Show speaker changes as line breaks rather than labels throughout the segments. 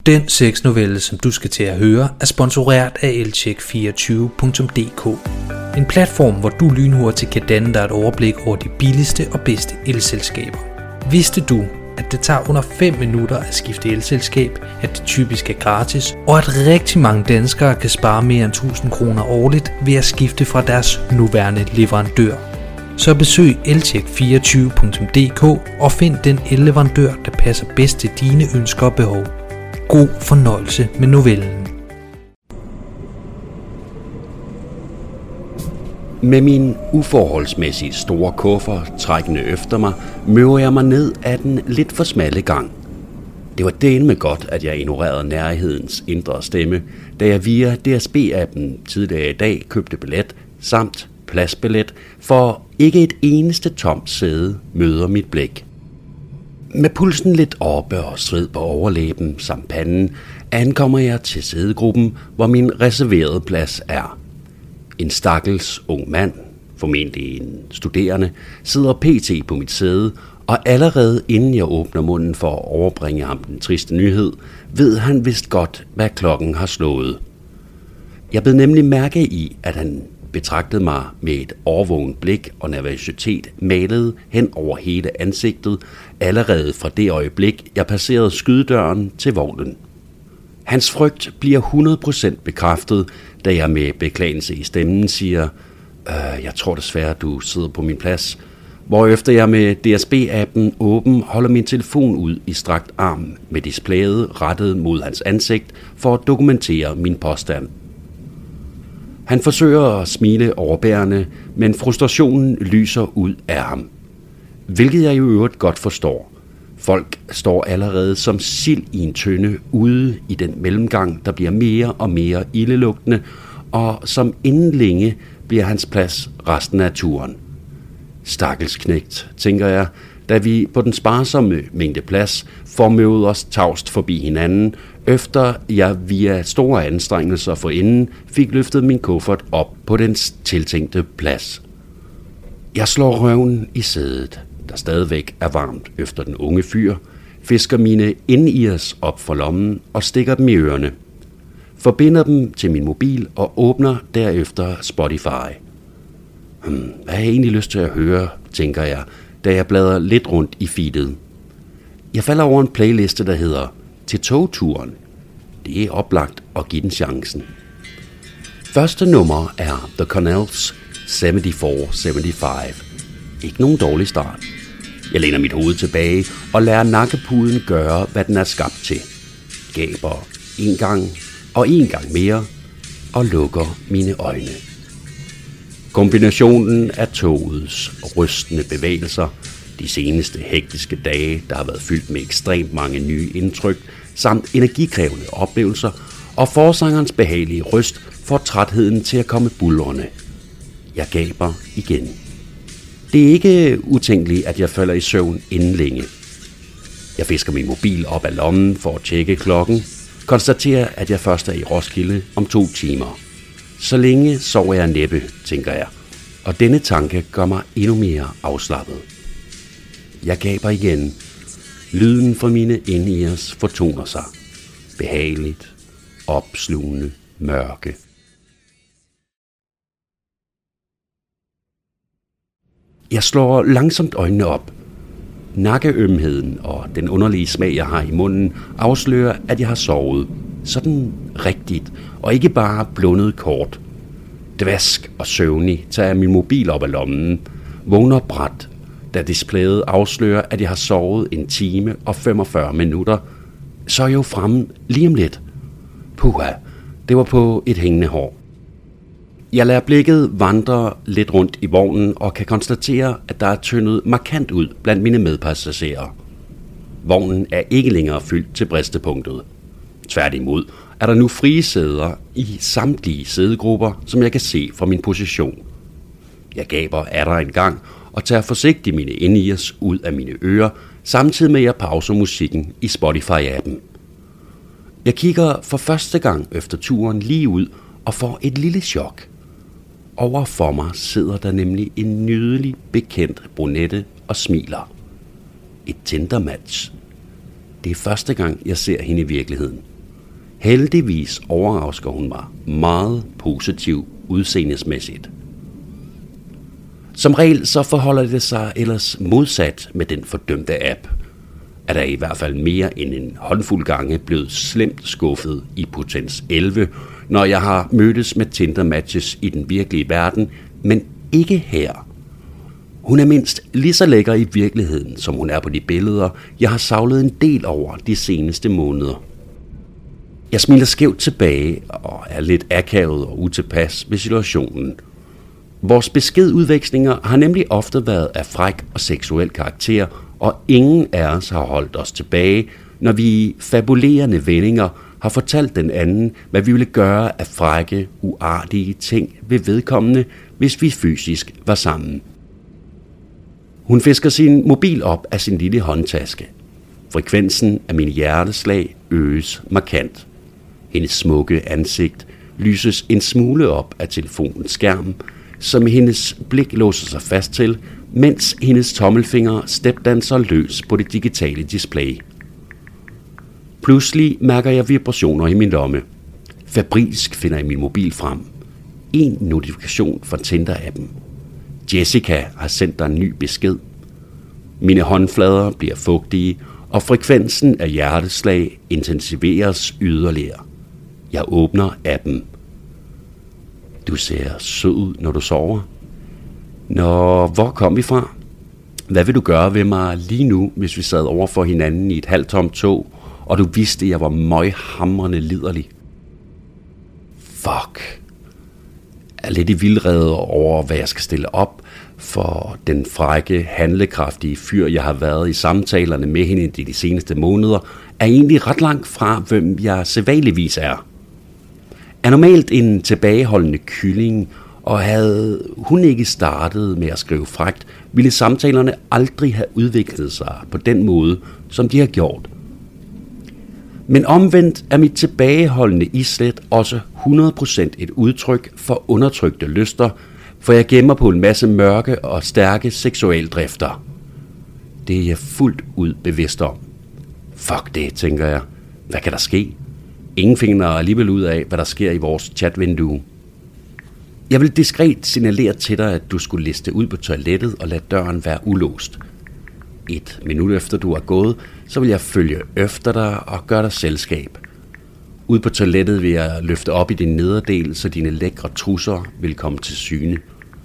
Den sexnovelle, som du skal til at høre, er sponsoreret af elcheck24.dk. En platform, hvor du lynhurtigt kan danne dig et overblik over de billigste og bedste elselskaber. Vidste du, at det tager under 5 minutter at skifte elselskab, at det typisk er gratis, og at rigtig mange danskere kan spare mere end 1000 kroner årligt ved at skifte fra deres nuværende leverandør? Så besøg elcheck24.dk og find den elleverandør, der passer bedst til dine ønsker og behov. God fornøjelse med novellen.
Med min uforholdsmæssigt store kuffert trækkende efter mig, møver jeg mig ned ad den lidt for smalle gang. Det var dælme godt, at jeg ignorerede nærhedens indre stemme, da jeg via DSB-appen tidligere i dag købte billet samt pladsbillet, for ikke et eneste tomt sæde møder mit blik. Med pulsen lidt oppe og sved på overlæben samt panden, ankommer jeg til sædegruppen, hvor min reserverede plads er. En stakkels ung mand, formentlig en studerende, sidder pt. På mit sæde, og allerede inden jeg åbner munden for at overbringe ham den triste nyhed, ved han vist godt, hvad klokken har slået. Jeg bed nemlig mærke i, at han betragtede mig med et overvågent blik og nervøsitet malet hen over hele ansigtet, allerede fra det øjeblik, jeg passerede skydedøren til vognen. Hans frygt bliver 100% bekræftet, da jeg med beklagelse i stemmen siger, jeg tror desværre, du sidder på min plads, hvorefter jeg med DSB-appen åben holder min telefon ud i strakt arm med displayet rettet mod hans ansigt for at dokumentere min påstand. Han forsøger at smile overbærende, men frustrationen lyser ud af ham. Hvilket jeg i øvrigt godt forstår. Folk står allerede som sild i en tønde ude i den mellemgang, der bliver mere og mere ildelugtende, og som inden længe bliver hans plads resten af turen. Stakkels knægt, tænker jeg, da vi på den sparsomme mængde plads formøvede os tavst forbi hinanden, efter jeg via store anstrengelser forinden fik løftet min kuffert op på dens tiltænkte plads. Jeg slår røven i sædet, der stadigvæk er varmt efter den unge fyr, fisker mine in-ears op for lommen og stikker dem i ørerne. Forbinder dem til min mobil og åbner derefter Spotify. Hvad har jeg egentlig lyst til at høre, tænker jeg, da jeg bladrer lidt rundt i feedet. Jeg falder over en playliste, der hedder Til togturen. Det er oplagt at give den chancen. Første nummer er The Cornells 74-75. Ikke nogen dårlig start. Jeg læner mit hoved tilbage og lader nakkepuden gøre, hvad den er skabt til. Gaber en gang og en gang mere og lukker mine øjne. Kombinationen af togets rystende bevægelser, de seneste hektiske dage, der har været fyldt med ekstremt mange nye indtryk, samt energikrævende oplevelser, og forsangerens behagelige røst får trætheden til at komme buldrende. Jeg gaber igen. Det er ikke utænkeligt, at jeg falder i søvn inden længe. Jeg fisker min mobil op af lommen for at tjekke klokken, konstaterer, at jeg først er i Roskilde om 2 timer. Så længe sover jeg næppe, tænker jeg, og denne tanke gør mig endnu mere afslappet. Jeg gaber igen. Lyden fra mine in-ears fortoner sig. Behageligt, opslugende, mørke. Jeg slår langsomt øjnene op. Nakkeømheden og den underlige smag, jeg har i munden, afslører, at jeg har sovet. Sådan rigtigt, og ikke bare blundet kort. Dvask og søvnig tager jeg min mobil op af lommen, vågner brat, da displayet afslører, at jeg har sovet 1 time og 45 minutter, så er jeg jo fremme lige om lidt. Puha, det var på et hængende hår. Jeg lader blikket vandre lidt rundt i vognen og kan konstatere, at der er tyndet markant ud blandt mine medpassagerer. Vognen er ikke længere fyldt til bristepunktet. Tværtimod er der nu frie sæder i samtlige sædegrupper, som jeg kan se fra min position. Jeg gaber atter en gang og tager forsigtigt mine in-ears ud af mine ører, samtidig med at jeg pauser musikken i Spotify-appen. Jeg kigger for første gang efter turen lige ud og får et lille chok. Over for mig sidder der nemlig en nydelig bekendt brunette og smiler. Et Tinder-match. Det er første gang, jeg ser hende i virkeligheden. Heldigvis overrasker hun mig meget positivt udseendesmæssigt. Som regel så forholder det sig ellers modsat med den fordømte app. Er der i hvert fald mere end en håndfuld gange blevet slemt skuffet i Potens 11, når jeg har mødtes med Tinder-matches i den virkelige verden, men ikke her. Hun er mindst lige så lækker i virkeligheden, som hun er på de billeder, jeg har savlet en del over de seneste måneder. Jeg smiler skævt tilbage og er lidt akavet og utilpas ved situationen. Vores beskedudvekslinger har nemlig ofte været af fræk og seksuel karakter, og ingen af os har holdt os tilbage, når vi i fabulerende vendinger har fortalt den anden, hvad vi ville gøre af frække, uartige ting ved vedkommende, hvis vi fysisk var sammen. Hun fisker sin mobil op af sin lille håndtaske. Frekvensen af mine hjerteslag øges markant. Hendes smukke ansigt lyses en smule op af telefonens skærm, som hendes blik låser sig fast til, mens hendes tommelfinger stepdanser løs på det digitale display. Pludselig mærker jeg vibrationer i min lomme. Febrilsk finder jeg min mobil frem. En notifikation fra Tinder-appen. Jessica har sendt dig en ny besked. Mine håndflader bliver fugtige, og frekvensen af hjerteslag intensiveres yderligere. Jeg åbner appen. Du ser sød ud, når du sover. Nå, hvor kom vi fra? Hvad vil du gøre ved mig lige nu, hvis vi sad over for hinanden i et halvtomt tog, og du vidste, at jeg var møghamrende liderlig? Fuck. Jeg er lidt i vildrede over, hvad jeg skal stille op, for den frække, handlekraftige fyr, jeg har været i samtalerne med hende de seneste måneder, er egentlig ret langt fra, hvem jeg sædvanligvis er. Er normalt en tilbageholdende kylling, og havde hun ikke startet med at skrive frækt, ville samtalerne aldrig have udviklet sig på den måde, som de har gjort. Men omvendt er mit tilbageholdende islet også 100% et udtryk for undertrykte lyster, for jeg gemmer på en masse mørke og stærke seksualdrifter. Det er jeg fuldt ud bevidst om. Fuck det, tænker jeg. Hvad kan der ske? Ingen finder alligevel ud af, hvad der sker i vores chatvindue. Jeg vil diskret signalere til dig, at du skulle liste ud på toilettet og lade døren være ulåst. 1 minut efter du er gået, så vil jeg følge efter dig og gøre dig selskab. Ude på toilettet vil jeg løfte op i din nederdel, så dine lækre trusser vil komme til syne.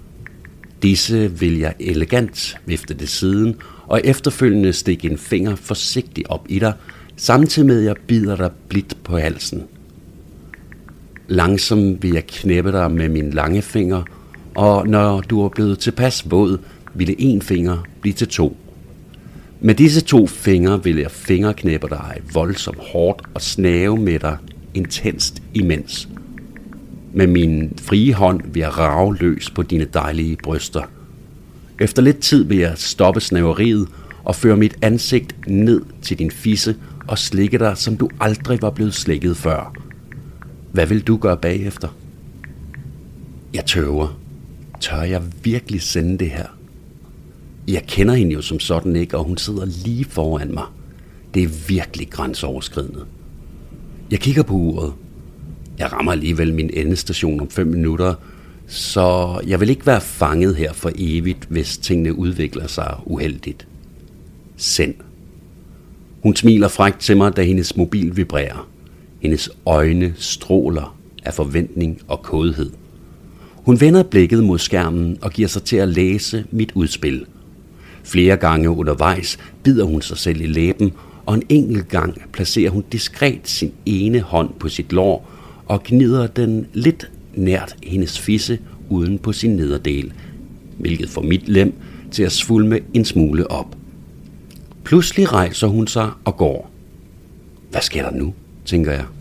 Disse vil jeg elegant vifte til siden, og efterfølgende stikke en finger forsigtigt op i dig, samtidig med at jeg bider dig blidt på halsen. Langsomt vil jeg knæppe dig med mine lange fingre, og når du er blevet tilpas våd, vil en finger blive til 2. Med disse 2 fingre vil jeg fingerknæppe dig voldsomt hårdt og snave med dig intenst imens. Med min frie hånd vil jeg rage løs på dine dejlige bryster. Efter lidt tid vil jeg stoppe snaveriet og føre mit ansigt ned til din fisse og slikke dig, som du aldrig var blevet slikket før. Hvad vil du gøre bagefter? Jeg tøver. Tør jeg virkelig sende det her? Jeg kender hende jo som sådan ikke, og hun sidder lige foran mig. Det er virkelig grænseoverskridende. Jeg kigger på uret. Jeg rammer alligevel min endestation om 5 minutter, så jeg vil ikke være fanget her for evigt, hvis tingene udvikler sig uheldigt. Send. Hun smiler frækt til mig, da hendes mobil vibrerer. Hendes øjne stråler af forventning og kådhed. Hun vender blikket mod skærmen og giver sig til at læse mit udspil. Flere gange undervejs bider hun sig selv i læben, og en enkelt gang placerer hun diskret sin ene hånd på sit lår og gnider den lidt nært hendes fisse uden på sin nederdel, hvilket får mit lem til at svulme en smule op. Pludselig rejser hun sig og går. Hvad sker der nu, tænker jeg.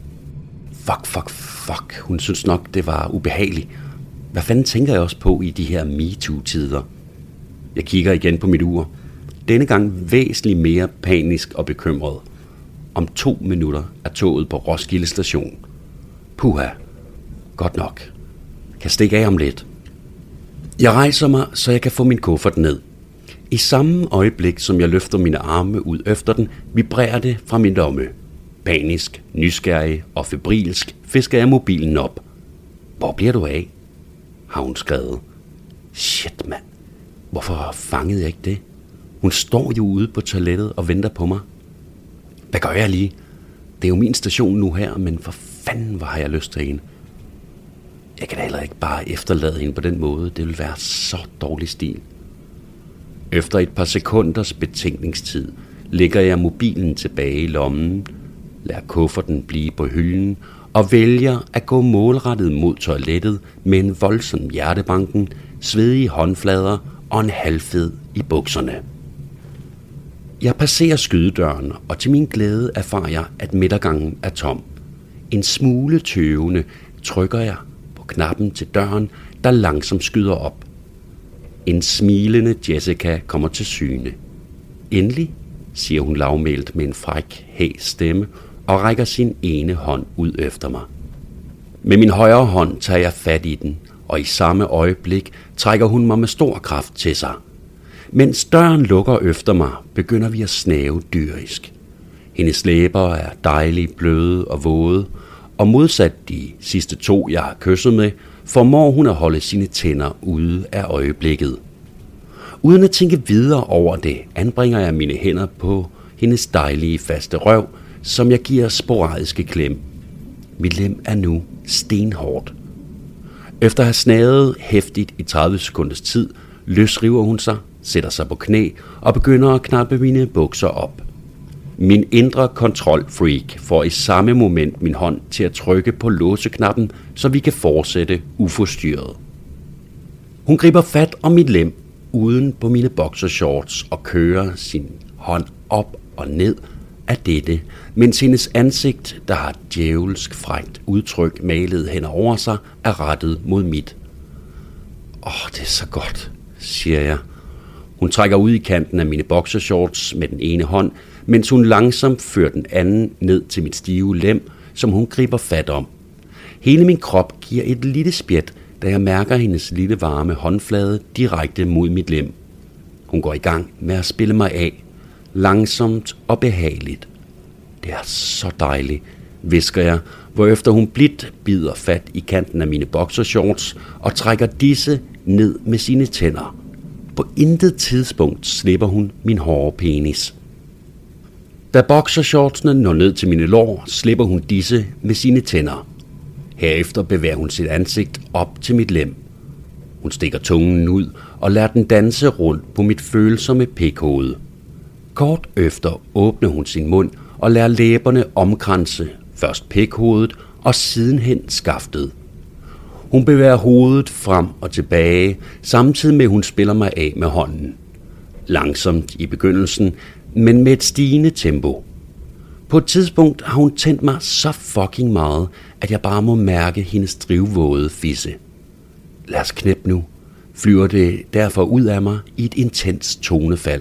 Fuck. Hun synes nok, det var ubehageligt. Hvad fanden tænker jeg også på i de her MeToo-tider? Jeg kigger igen på mit ur. Denne gang væsentligt mere panisk og bekymret. Om 2 minutter er toget på Roskilde station. Puha. Godt nok. Kan stikke af om lidt. Jeg rejser mig, så jeg kan få min kuffert ned. I samme øjeblik, som jeg løfter mine arme ud efter den, vibrerer det fra min lomme. Panisk, nysgerrig og febrilsk fisker jeg mobilen op. Hvor bliver du af? Har hun skrevet. Shit, mand. Hvorfor fangede jeg ikke det? Hun står jo ude på toilettet og venter på mig. Hvad gør jeg lige? Det er jo min station nu her, men for fanden, hvor har jeg lyst til hende. Jeg kan da heller ikke bare efterlade hende på den måde. Det vil være så dårlig stil. Efter et par sekunders betænkningstid lægger jeg mobilen tilbage i lommen, lader kufferten blive på hylden og vælger at gå målrettet mod toilettet med en voldsom hjertebanken, svedige håndflader og en halvfed i bukserne. Jeg passerer skydedøren, og til min glæde erfarer jeg, at midtergangen er tom. En smule tøvende trykker jeg på knappen til døren, der langsomt skyder op. En smilende Jessica kommer til syne. Endelig, siger hun lavmælt med en fræk, hæs stemme og rækker sin ene hånd ud efter mig. Med min højre hånd tager jeg fat i den, og i samme øjeblik trækker hun mig med stor kraft til sig. Mens døren lukker efter mig, begynder vi at snave dyrisk. Hendes læber er dejligt bløde og våde, og modsat de sidste 2, jeg har kysset med, formår hun at holde sine tænder ude af øjeblikket. Uden at tænke videre over det, anbringer jeg mine hænder på hendes dejlige faste røv, som jeg giver sporadiske klem. Mit lem er nu stenhårdt. Efter at have snaget heftigt i 30 sekunders tid, løsriver hun sig, sætter sig på knæ og begynder at knappe mine bukser op. Min indre kontrolfreak får i samme moment min hånd til at trykke på låseknappen, så vi kan fortsætte uforstyrret. Hun griber fat om mit lem uden på mine boxershorts og kører sin hånd op og ned af dette, mens hendes ansigt, der har et djævelsk frækt udtryk malet hen over sig, er rettet mod mit. Det er så godt, siger jeg. Hun trækker ud i kanten af mine boxershorts med den ene hånd, mens hun langsomt fører den anden ned til mit stive lem, som hun griber fat om. Hele min krop giver et lille spjæt, da jeg mærker hendes lille varme håndflade direkte mod mit lem. Hun går i gang med at spille mig af, langsomt og behageligt. Det er så dejligt, hvisker jeg, hvorefter hun blidt bider fat i kanten af mine boxershorts og trækker disse ned med sine tænder. På intet tidspunkt slipper hun min hårde penis. Da boxershortsene når ned til mine lår, slipper hun disse med sine tænder. Herefter bevæger hun sit ansigt op til mit lem. Hun stikker tungen ud og lader den danse rundt på mit følsomme pikhoved. Kort efter åbner hun sin mund og lader læberne omkranse først pikhovedet og sidenhen skaftet. Hun bevæger hovedet frem og tilbage, samtidig med at hun spiller mig af med hånden. Langsomt i begyndelsen, men med et stigende tempo. På et tidspunkt har hun tændt mig så fucking meget, at jeg bare må mærke hendes drivvåde fisse. Lad os knæppe nu, flyver det derfor ud af mig i et intens tonefald.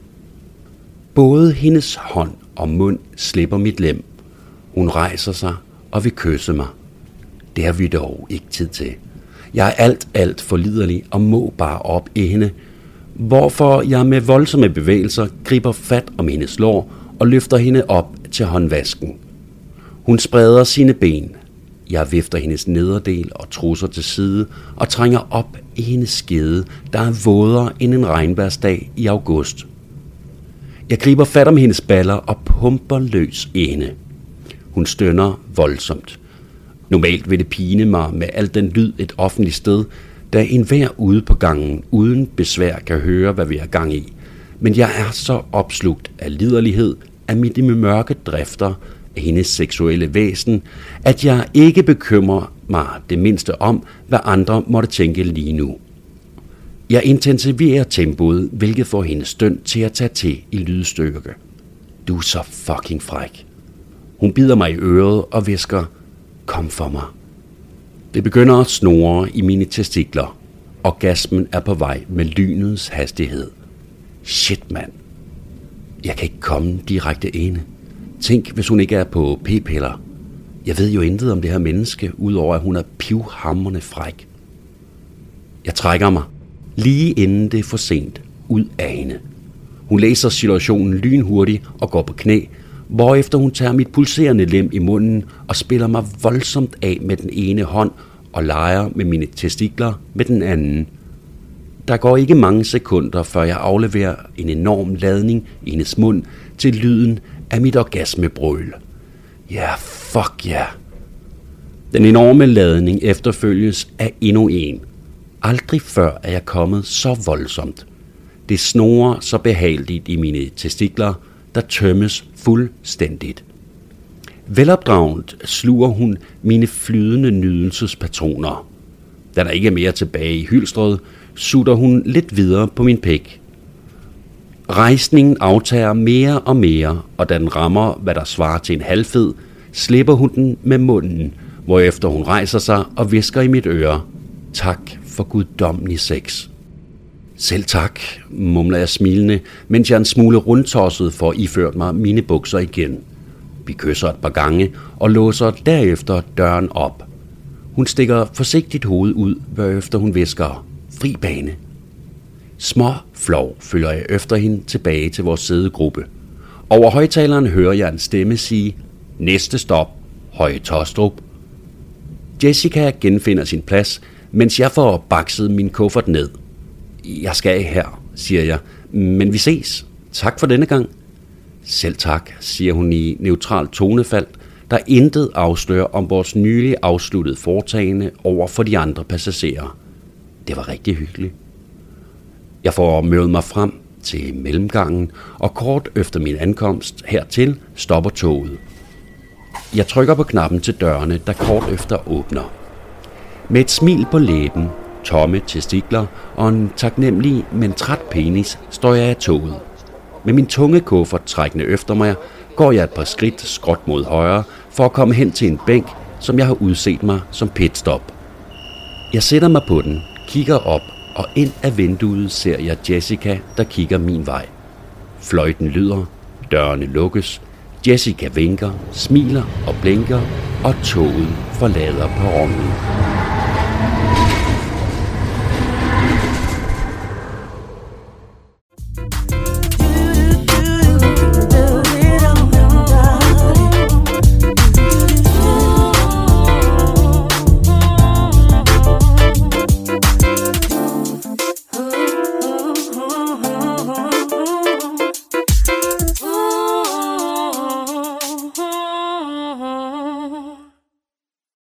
Både hendes hånd og mund slipper mit lem. Hun rejser sig og vil kysse mig. Det har vi dog ikke tid til. Jeg er alt for liderlig og må bare op i hende, hvorfor jeg med voldsomme bevægelser griber fat om hendes lår og løfter hende op til håndvasken. Hun spreder sine ben. Jeg vifter hendes nederdel og trusser til side og trænger op i hendes skede, der er vådere end en regnværsdag i august. Jeg griber fat om hendes baller og pumper løs i hende. Hun stønner voldsomt. Normalt vil det pine mig med al den lyd et offentligt sted, da enhver ude på gangen uden besvær kan høre, hvad vi er gang i. Men jeg er så opslugt af liderlighed, af mit mørke drifter, af hendes seksuelle væsen, at jeg ikke bekymrer mig det mindste om, hvad andre måtte tænke lige nu. Jeg intensiverer tempoet, hvilket får hendes støn til at tage til i lydstyrke. Du er så fucking fræk. Hun bider mig i øret og hvisker, kom for mig. Det begynder at snurre i mine testikler. Orgasmen er på vej med lynets hastighed. Shit, mand. Jeg kan ikke komme direkte ind. Tænk, hvis hun ikke er på p-piller. Jeg ved jo intet om det her menneske, udover at hun er pivhamrende fræk. Jeg trækker mig, lige inden det er for sent, ud af hende. Hun læser situationen lynhurtigt og går på knæ, hvorefter hun tager mit pulserende lem i munden og spiller mig voldsomt af med den ene hånd og leger med mine testikler med den anden. Der går ikke mange sekunder, før jeg afleverer en enorm ladning i hendes mund til lyden af mit orgasmebrøl. Ja, fuck ja. Den enorme ladning efterfølges af endnu en. Aldrig før er jeg kommet så voldsomt. Det snorer så behageligt i mine testikler, der tømmes fuldstændigt. Velopdragent sluger hun mine flydende nydelsespatroner. Da der ikke er mere tilbage i hylstret, sutter hun lidt videre på min pæk. Rejsningen aftager mere og mere, og da den rammer, hvad der svarer til en halvfed, slipper hun den med munden, hvorefter hun rejser sig og hvisker i mit øre. Tak for guddommelig sex. Selv tak, mumler jeg smilende, mens jeg en smule rundtosset får iført mig mine bukser igen. Vi kysser et par gange og låser derefter døren op. Hun stikker forsigtigt hovedet ud, hvorefter hun hvisker, fri bane. Små flov følger jeg efter hende tilbage til vores sædegruppe. Over højtaleren hører jeg en stemme sige, næste stop, Høje Taastrup. Jessica genfinder sin plads, mens jeg får bakset min kuffert ned. Jeg skal af her, siger jeg, men vi ses. Tak for denne gang. Selv tak, siger hun i neutralt tonefald, der intet afslører om vores nylig afsluttede foretagende over for de andre passagerer. Det var rigtig hyggeligt. Jeg får mødet mig frem til mellemgangen, og kort efter min ankomst hertil stopper toget. Jeg trykker på knappen til dørene, der kort efter åbner. Med et smil på læben, tomme testikler og en taknemmelig, men træt penis står jeg af toget. Med min tunge kuffert trækkende efter mig, går jeg et par skridt skråt mod højre for at komme hen til en bænk, som jeg har udset mig som pitstop. Jeg sætter mig på den, kigger op, og ind af vinduet ser jeg Jessica, der kigger min vej. Fløjten lyder, dørene lukkes, Jessica vinker, smiler og blinker, og toget forlader perronen.